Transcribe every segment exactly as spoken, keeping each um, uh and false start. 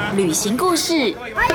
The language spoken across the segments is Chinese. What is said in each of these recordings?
旅行故事，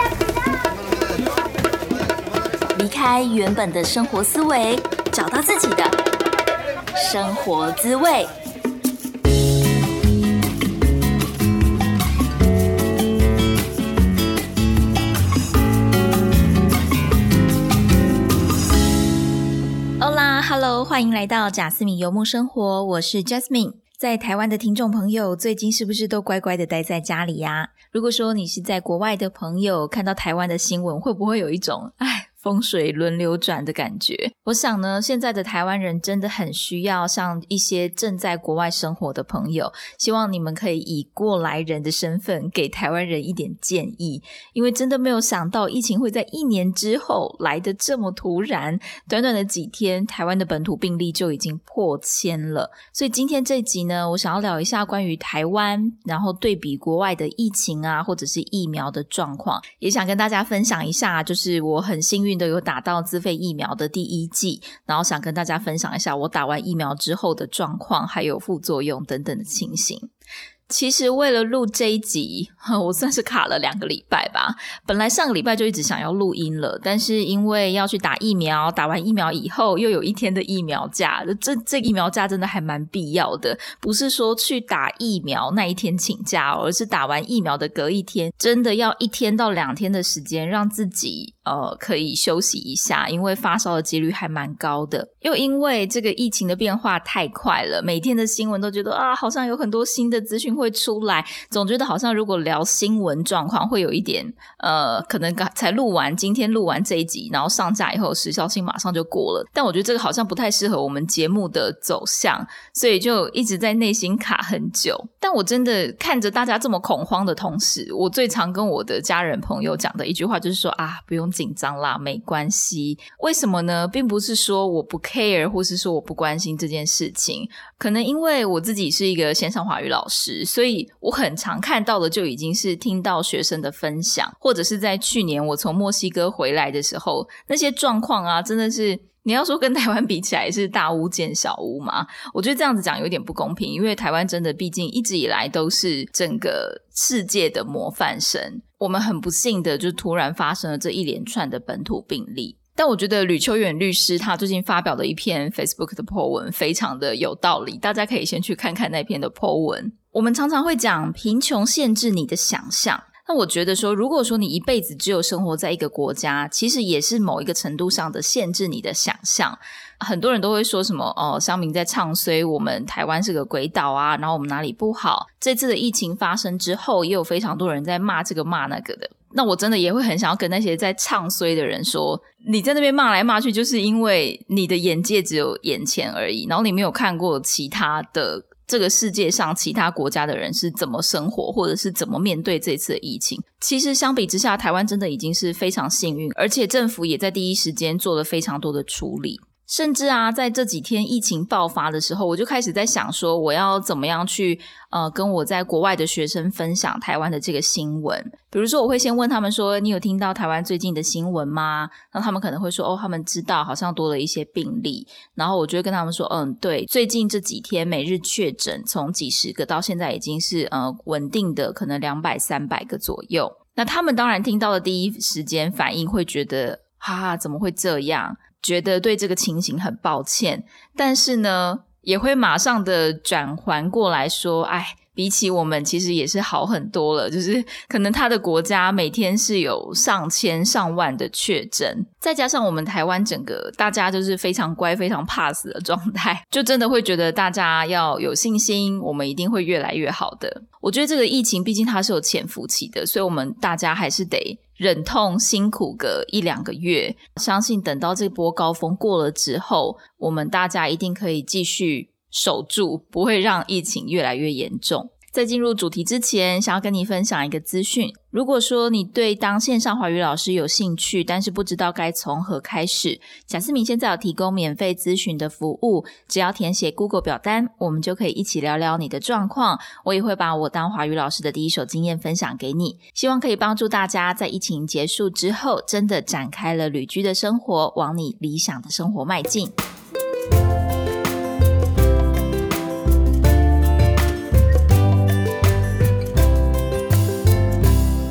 离开原本的生活思维，找到自己的生活滋味。Hola Hello 欢迎来到贾斯敏游牧生活，我是 Jasmine。在台湾的听众朋友最近是不是都乖乖的待在家里呀？如果说你是在国外的朋友，看到台湾的新闻会不会有一种唉风水轮流转的感觉？我想呢，现在的台湾人真的很需要像一些正在国外生活的朋友，希望你们可以以过来人的身份给台湾人一点建议，因为真的没有想到疫情会在一年之后来得这么突然，短短的几天台湾的本土病例就已经破千了。所以今天这集呢，我想要聊一下关于台湾然后对比国外的疫情啊或者是疫苗的状况，也想跟大家分享一下，就是我很幸运的有打到自费疫苗的第一剂，然后想跟大家分享一下我打完疫苗之后的状况还有副作用等等的情形。其实为了录这一集我算是卡了两个礼拜吧，本来上个礼拜就一直想要录音了，但是因为要去打疫苗，打完疫苗以后又有一天的疫苗假，这这疫苗假真的还蛮必要的，不是说去打疫苗那一天请假，而是打完疫苗的隔一天真的要一天到两天的时间让自己呃可以休息一下，因为发烧的几率还蛮高的。又因为这个疫情的变化太快了，每天的新闻都觉得啊，好像有很多新的资讯会出来，总觉得好像如果聊新闻状况会有一点呃，可能才录完今天录完这一集，然后上架以后时效性马上就过了，但我觉得这个好像不太适合我们节目的走向，所以就一直在内心卡很久。但我真的看着大家这么恐慌的同时，我最常跟我的家人朋友讲的一句话就是说啊，不用紧张啦，没关系。为什么呢？并不是说我不 care 或是说我不关心这件事情，可能因为我自己是一个线上华语老师，所以我很常看到的就已经是听到学生的分享，或者是在去年我从墨西哥回来的时候，那些状况啊真的是你要说跟台湾比起来是大巫见小巫嘛，我觉得这样子讲有点不公平，因为台湾真的毕竟一直以来都是整个世界的模范生，我们很不幸的就突然发生了这一连串的本土病例。但我觉得吕秋远律师他最近发表的一篇 Facebook 的 po 文非常的有道理，大家可以先去看看那篇的 po 文。我们常常会讲贫穷限制你的想象，那我觉得说如果说你一辈子只有生活在一个国家，其实也是某一个程度上的限制你的想象。很多人都会说什么哦，乡民在唱衰我们台湾是个鬼岛啊，然后我们哪里不好。这次的疫情发生之后，也有非常多人在骂这个骂那个的。那我真的也会很想要跟那些在唱衰的人说，你在那边骂来骂去就是因为你的眼界只有眼前而已，然后你没有看过其他的这个世界上其他国家的人是怎么生活或者是怎么面对这次的疫情。其实相比之下，台湾真的已经是非常幸运，而且政府也在第一时间做了非常多的处理。甚至啊，在这几天疫情爆发的时候，我就开始在想说我要怎么样去呃跟我在国外的学生分享台湾的这个新闻。比如说我会先问他们说，你有听到台湾最近的新闻吗？然后他们可能会说哦，他们知道好像多了一些病例，然后我就会跟他们说嗯，对，最近这几天每日确诊从几十个到现在已经是呃稳定的可能两百三百个左右。那他们当然听到的第一时间反应会觉得哈哈怎么会这样，觉得对这个情形很抱歉，但是呢也会马上的转环过来说，哎，比起我们其实也是好很多了，就是可能他的国家每天是有上千上万的确诊，再加上我们台湾整个大家就是非常乖非常怕死的状态，就真的会觉得大家要有信心，我们一定会越来越好的。我觉得这个疫情毕竟它是有潜伏期的，所以我们大家还是得忍痛辛苦个一两个月，相信等到这波高峰过了之后，我们大家一定可以继续守住，不会让疫情越来越严重。在进入主题之前，想要跟你分享一个资讯，如果说你对当线上华语老师有兴趣，但是不知道该从何开始，贾斯敏现在有提供免费咨询的服务，只要填写 Google 表单，我们就可以一起聊聊你的状况，我也会把我当华语老师的第一手经验分享给你，希望可以帮助大家在疫情结束之后真的展开了旅居的生活，往你理想的生活迈进。台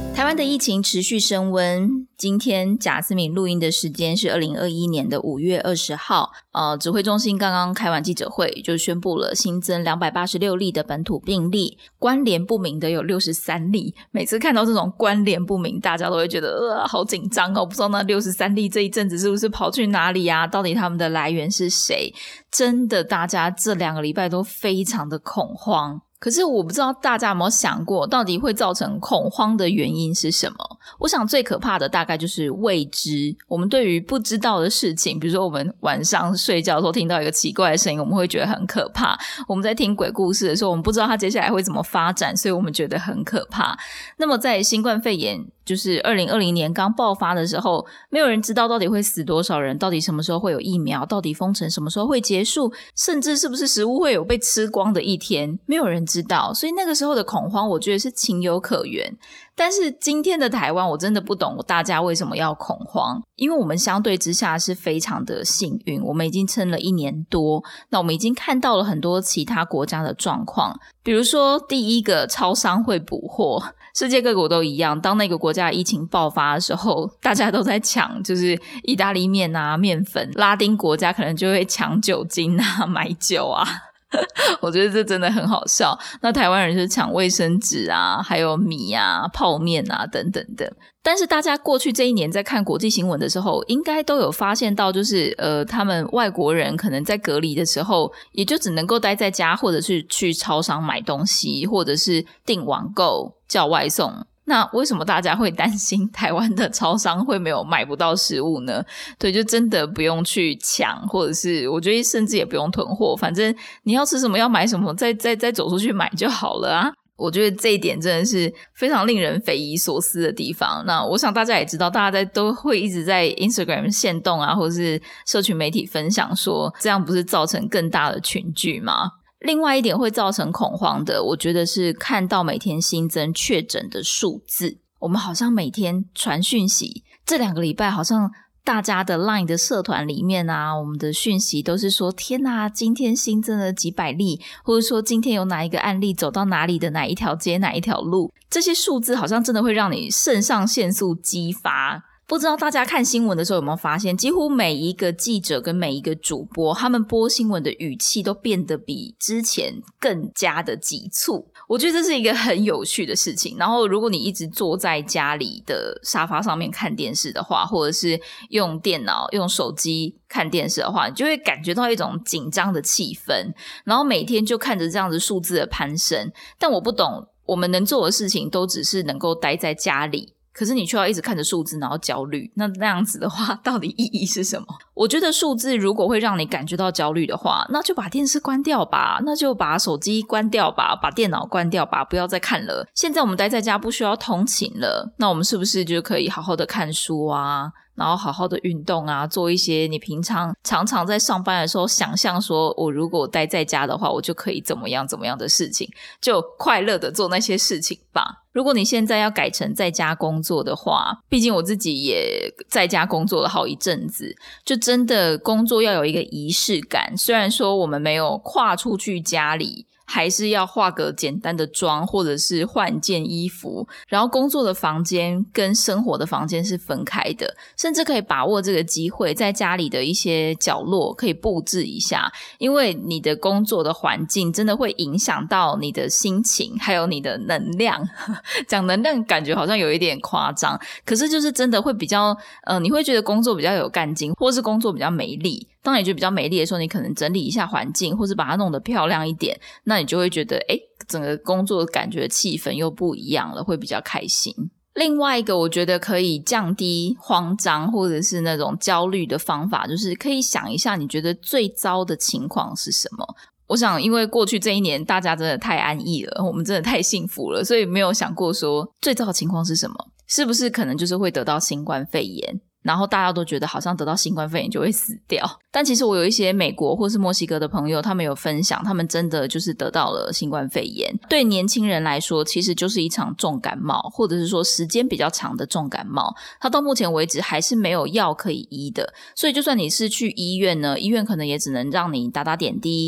的疫情持续升温，今天贾斯敏录音的时间是二零二一年的五月二十号，呃，指挥中心刚刚开完记者会，就宣布了新增两百八十六例的本土病例，关联不明的有六十三例。每次看到这种关联不明，大家都会觉得呃好紧张哦，不知道那六十三例这一阵子是不是跑去哪里啊？到底他们的来源是谁？真的，大家这两个礼拜都非常的恐慌。可是我不知道大家有没有想过，到底会造成恐慌的原因是什么？我想最可怕的大概就是未知。我们对于不知道的事情，比如说我们晚上睡觉的时候听到一个奇怪的声音，我们会觉得很可怕。我们在听鬼故事的时候，我们不知道它接下来会怎么发展，所以我们觉得很可怕。那么在新冠肺炎就是二零二零年刚爆发的时候，没有人知道到底会死多少人，到底什么时候会有疫苗，到底封城什么时候会结束，甚至是不是食物会有被吃光的一天，没有人知道。所以那个时候的恐慌我觉得是情有可原。但是今天的台湾我真的不懂大家为什么要恐慌，因为我们相对之下是非常的幸运，我们已经撑了一年多，那我们已经看到了很多其他国家的状况。比如说第一个，超商会补货，世界各国都一样，当那个国家疫情爆发的时候，大家都在抢就是意大利面啊、面粉，拉丁国家可能就会抢酒精啊、买酒啊我觉得这真的很好笑。那台湾人是抢卫生纸啊，还有米啊、泡面啊等等的。但是大家过去这一年在看国际新闻的时候，应该都有发现到，就是呃，他们外国人可能在隔离的时候，也就只能够待在家，或者是去超商买东西，或者是订网购、叫外送。那为什么大家会担心台湾的超商会没有买不到食物呢？对，就真的不用去抢，或者是我觉得甚至也不用囤货，反正你要吃什么要买什么，再再再走出去买就好了啊。我觉得这一点真的是非常令人匪夷所思的地方。那我想大家也知道，大家在都会一直在 Instagram 限动啊，或者是社群媒体分享说，这样不是造成更大的群聚吗？另外一点会造成恐慌的，我觉得是看到每天新增确诊的数字。我们好像每天传讯息，这两个礼拜好像大家的 LINE 的社团里面啊，我们的讯息都是说天哪，今天新增了几百例，或者说今天有哪一个案例走到哪里的哪一条街哪一条路，这些数字好像真的会让你肾上腺素激发。不知道大家看新闻的时候有没有发现，几乎每一个记者跟每一个主播，他们播新闻的语气都变得比之前更加的急促。我觉得这是一个很有趣的事情。然后如果你一直坐在家里的沙发上面看电视的话，或者是用电脑用手机看电视的话，你就会感觉到一种紧张的气氛，然后每天就看着这样子数字的攀升。但我不懂，我们能做的事情都只是能够待在家里，可是你却要一直看着数字然后焦虑，那那样子的话到底意义是什么？我觉得数字如果会让你感觉到焦虑的话，那就把电视关掉吧，那就把手机关掉吧，把电脑关掉吧，不要再看了。现在我们待在家不需要通勤了，那我们是不是就可以好好的看书啊，然后好好的运动啊，做一些你平常常常在上班的时候想象说我如果待在家的话我就可以怎么样怎么样的事情，就快乐的做那些事情吧。如果你现在要改成在家工作的话，毕竟我自己也在家工作了好一阵子，就真的工作要有一个仪式感。虽然说我们没有跨出去家里，还是要化个简单的妆，或者是换件衣服，然后工作的房间跟生活的房间是分开的，甚至可以把握这个机会在家里的一些角落可以布置一下，因为你的工作的环境真的会影响到你的心情还有你的能量讲能量感觉好像有一点夸张，可是就是真的会比较呃，你会觉得工作比较有干劲，或是工作比较美丽。当你觉得比较美丽的时候，你可能整理一下环境，或是把它弄得漂亮一点，那你就会觉得诶，整个工作的感觉气氛又不一样了，会比较开心。另外一个我觉得可以降低慌张或者是那种焦虑的方法，就是可以想一下你觉得最糟的情况是什么。我想因为过去这一年大家真的太安逸了，我们真的太幸福了，所以没有想过说最糟的情况是什么，是不是可能就是会得到新冠肺炎，然后大家都觉得好像得到新冠肺炎就会死掉。但其实我有一些美国或是墨西哥的朋友，他们有分享他们真的就是得到了新冠肺炎。对年轻人来说其实就是一场重感冒，或者是说时间比较长的重感冒，它到目前为止还是没有药可以医的，所以就算你是去医院呢，医院可能也只能让你打打点滴，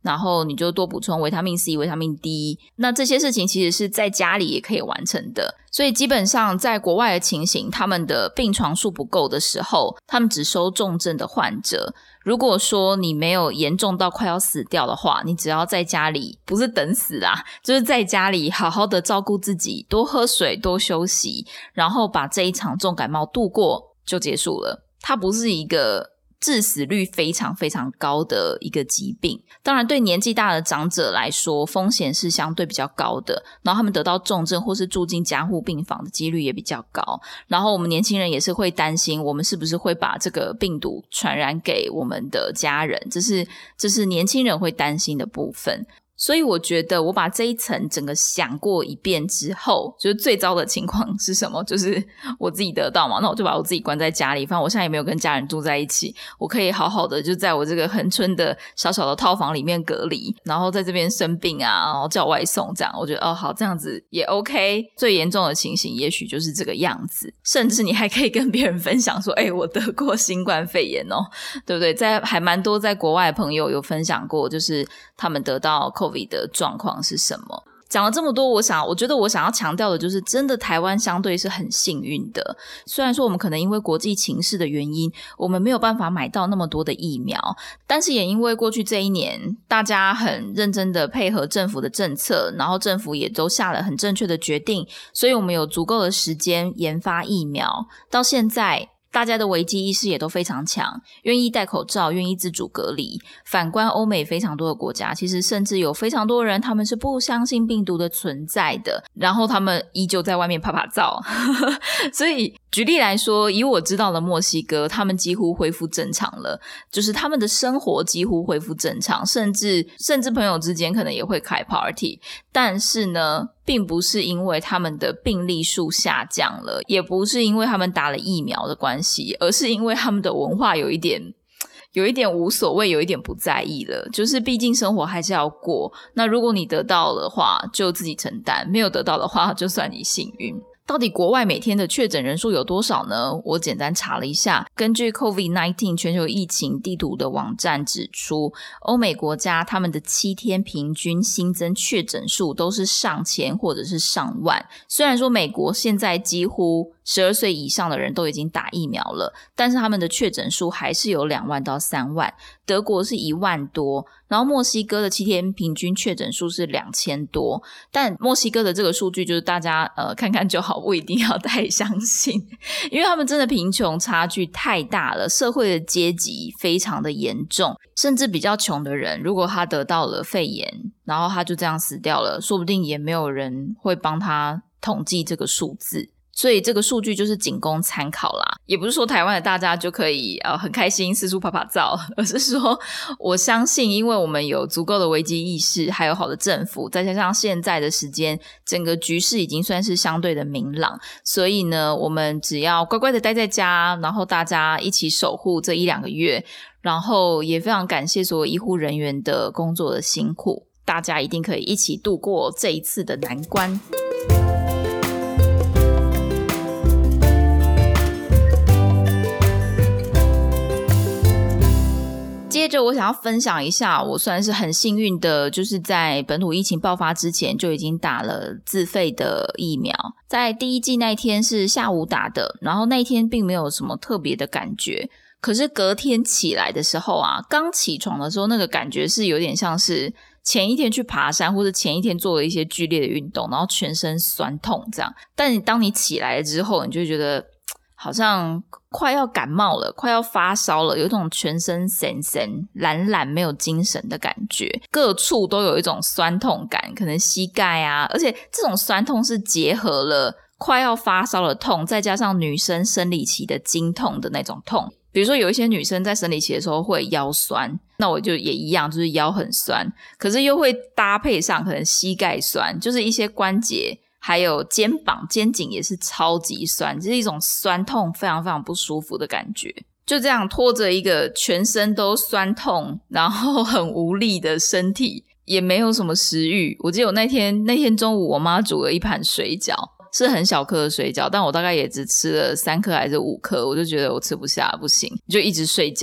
然后你就多补充维他命 C 维他命 D， 那这些事情其实是在家里也可以完成的。所以基本上在国外的情形，他们的病床数不够的时候，他们只收重症的患者。如果说你没有严重到快要死掉的话，你只要在家里，不是等死啦，就是在家里好好的照顾自己，多喝水，多休息，然后把这一场重感冒度过就结束了。它不是一个致死率非常非常高的一个疾病，当然对年纪大的长者来说风险是相对比较高的，然后他们得到重症或是住进加护病房的几率也比较高，然后我们年轻人也是会担心我们是不是会把这个病毒传染给我们的家人，这是这是年轻人会担心的部分。所以我觉得我把这一层整个想过一遍之后，就是最糟的情况是什么，就是我自己得到嘛，那我就把我自己关在家里，反正我现在也没有跟家人住在一起，我可以好好的就在我这个恒春的小小的套房里面隔离，然后在这边生病啊，然后叫外送这样，我觉得哦好，这样子也 OK。 最严重的情形也许就是这个样子，甚至你还可以跟别人分享说诶我得过新冠肺炎哦，对不对？在还蛮多在国外的朋友有分享过，就是他们得到 COVID 的状况是什么。讲了这么多，我想我觉得我想要强调的就是真的台湾相对是很幸运的，虽然说我们可能因为国际情势的原因我们没有办法买到那么多的疫苗，但是也因为过去这一年大家很认真的配合政府的政策，然后政府也都下了很正确的决定，所以我们有足够的时间研发疫苗，到现在大家的危机意识也都非常强，愿意戴口罩，愿意自主隔离。反观欧美非常多的国家，其实甚至有非常多人他们是不相信病毒的存在的，然后他们依旧在外面趴趴照所以举例来说，以我知道的墨西哥，他们几乎恢复正常了，就是他们的生活几乎恢复正常，甚至甚至朋友之间可能也会开 party， 但是呢并不是因为他们的病例数下降了，也不是因为他们打了疫苗的关系，而是因为他们的文化有一点有一点无所谓，有一点不在意了，就是毕竟生活还是要过，那如果你得到的话就自己承担，没有得到的话就算你幸运。到底国外每天的确诊人数有多少呢？我简单查了一下，根据 COVID 十九 全球疫情地图的网站指出，欧美国家他们的七天平均新增确诊数都是上千或者是上万。虽然说美国现在几乎十二岁以上的人都已经打疫苗了，但是他们的确诊数还是有两万到三万，德国是一万多，然后墨西哥的七天平均确诊数是两千多，但墨西哥的这个数据就是大家呃看看就好，不一定要太相信，因为他们真的贫穷差距太大了，社会的阶级非常的严重，甚至比较穷的人如果他得到了肺炎然后他就这样死掉了，说不定也没有人会帮他统计这个数字，所以这个数据就是仅供参考啦，也不是说台湾的大家就可以呃很开心四处拍拍照，而是说我相信因为我们有足够的危机意识，还有好的政府，再加上现在的时间整个局势已经算是相对的明朗，所以呢我们只要乖乖的待在家，然后大家一起守护这一两个月，然后也非常感谢所有医护人员的工作的辛苦，大家一定可以一起度过这一次的难关。接着我想要分享一下，我算是很幸运的，就是在本土疫情爆发之前就已经打了自费的疫苗，在第一剂那一天是下午打的，然后那一天并没有什么特别的感觉，可是隔天起来的时候啊，刚起床的时候那个感觉是有点像是前一天去爬山或者前一天做了一些剧烈的运动，然后全身酸痛这样，但你当你起来了之后，你就会觉得好像快要感冒了，快要发烧了，有一种全身神神懒懒没有精神的感觉，各处都有一种酸痛感，可能膝盖啊，而且这种酸痛是结合了快要发烧的痛，再加上女生生理期的经痛的那种痛。比如说有一些女生在生理期的时候会腰酸，那我就也一样，就是腰很酸，可是又会搭配上可能膝盖酸，就是一些关节还有肩膀肩颈也是超级酸，就是一种酸痛非常非常不舒服的感觉，就这样拖着一个全身都酸痛然后很无力的身体，也没有什么食欲。我记得我那天那天中午我妈煮了一盘水饺，是很小颗的水饺，但我大概也只吃了三颗还是五颗，我就觉得我吃不下不行，就一直睡觉，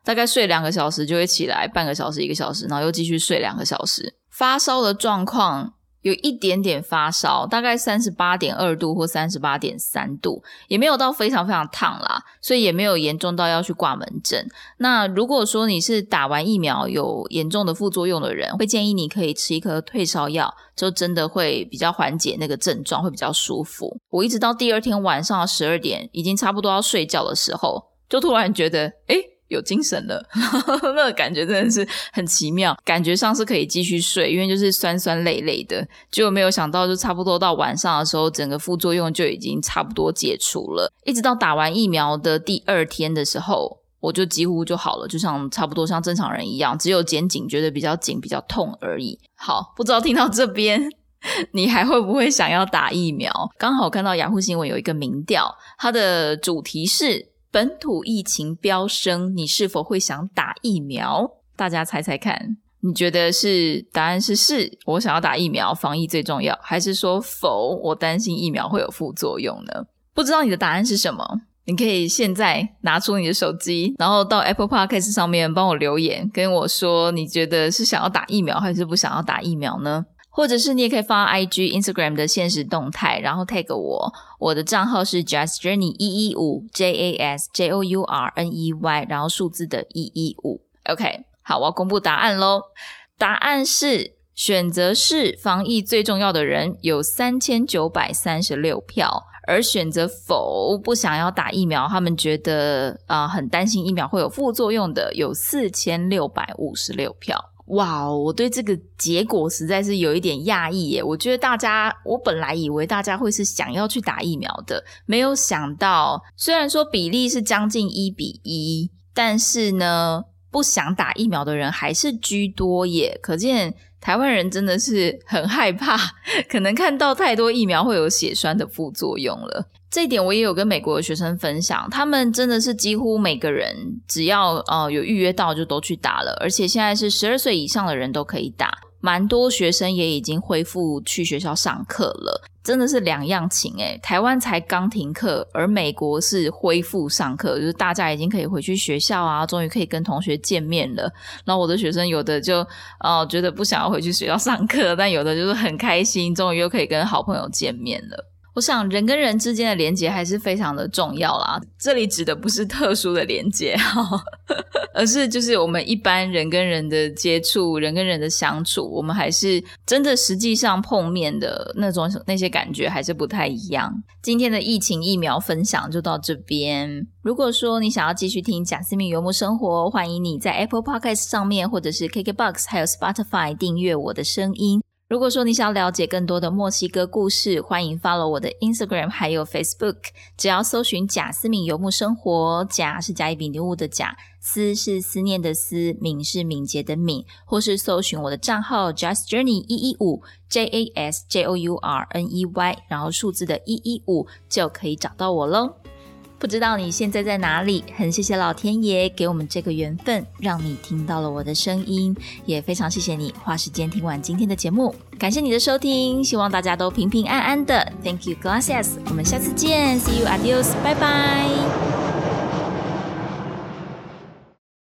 大概睡两个小时就会起来，半个小时一个小时，然后又继续睡两个小时。发烧的状况有一点点发烧，大概 三十八点二 度或 三十八点三 度，也没有到非常非常烫啦，所以也没有严重到要去挂门诊。那如果说你是打完疫苗有严重的副作用的人，会建议你可以吃一颗退烧药，就真的会比较缓解那个症状，会比较舒服。我一直到第二天晚上十二点已经差不多要睡觉的时候，就突然觉得诶有精神了那个感觉真的是很奇妙，感觉上是可以继续睡，因为就是酸酸累累的，结果没有想到就差不多到晚上的时候整个副作用就已经差不多解除了。一直到打完疫苗的第二天的时候，我就几乎就好了，就像差不多像正常人一样，只有肩颈觉得比较紧比较痛而已。好，不知道听到这边你还会不会想要打疫苗？刚好看到雅虎新闻有一个民调，它的主题是本土疫情飙升，你是否会想打疫苗？大家猜猜看，你觉得是答案是是，我想要打疫苗，防疫最重要，还是说否，我担心疫苗会有副作用呢？不知道你的答案是什么？你可以现在拿出你的手机，然后到 Apple Podcast 上面帮我留言，跟我说你觉得是想要打疫苗还是不想要打疫苗呢？或者是你也可以发 I G、Instagram 的限时动态，然后 tag 我，我的账号是 JasJourney 一一五 J A S J O U R N E Y， 然后数字的一一五。 OK， 好，我要公布答案咯。答案是选择是防疫最重要的人有三千九百三十六票，而选择否不想要打疫苗，他们觉得、呃、很担心疫苗会有副作用的有四千六百五十六票。哇，我对这个结果实在是有一点讶异耶。我觉得大家，我本来以为大家会是想要去打疫苗的，没有想到虽然说比例是将近一比一，但是呢不想打疫苗的人还是居多耶。可见台湾人真的是很害怕，可能看到太多疫苗会有血栓的副作用了。这一点我也有跟美国的学生分享，他们真的是几乎每个人只要呃有预约到就都去打了，而且现在是十二岁以上的人都可以打，蛮多学生也已经恢复去学校上课了，真的是两样情诶。台湾才刚停课，而美国是恢复上课，就是大家已经可以回去学校啊，终于可以跟同学见面了。然后我的学生有的就呃觉得不想要回去学校上课，但有的就是很开心，终于又可以跟好朋友见面了。我想人跟人之间的连结还是非常的重要啦，这里指的不是特殊的连结而是就是我们一般人跟人的接触，人跟人的相处，我们还是真的实际上碰面的那种那些感觉还是不太一样。今天的疫情疫苗分享就到这边，如果说你想要继续听贾斯敏游牧生活，欢迎你在 Apple Podcast 上面或者是 K K B O X 还有 Spotify 订阅我的声音。如果说你想要了解更多的墨西哥故事，欢迎 follow 我的 Instagram 还有 Facebook， 只要搜寻贾斯敏游牧生活，贾是甲乙丙丁戊的甲，思是思念的思，敏是敏捷的敏，或是搜寻我的账号 JasJourney 一一五 J A S J O U R N E Y， 然后数字的一一五就可以找到我咯。不知道你现在在哪里，很谢谢老天爷给我们这个缘分，让你听到了我的声音，也非常谢谢你花时间听完今天的节目，感谢你的收听，希望大家都平平安安的。 Thank you, gracias， 我们下次见， See you, adios， 拜拜。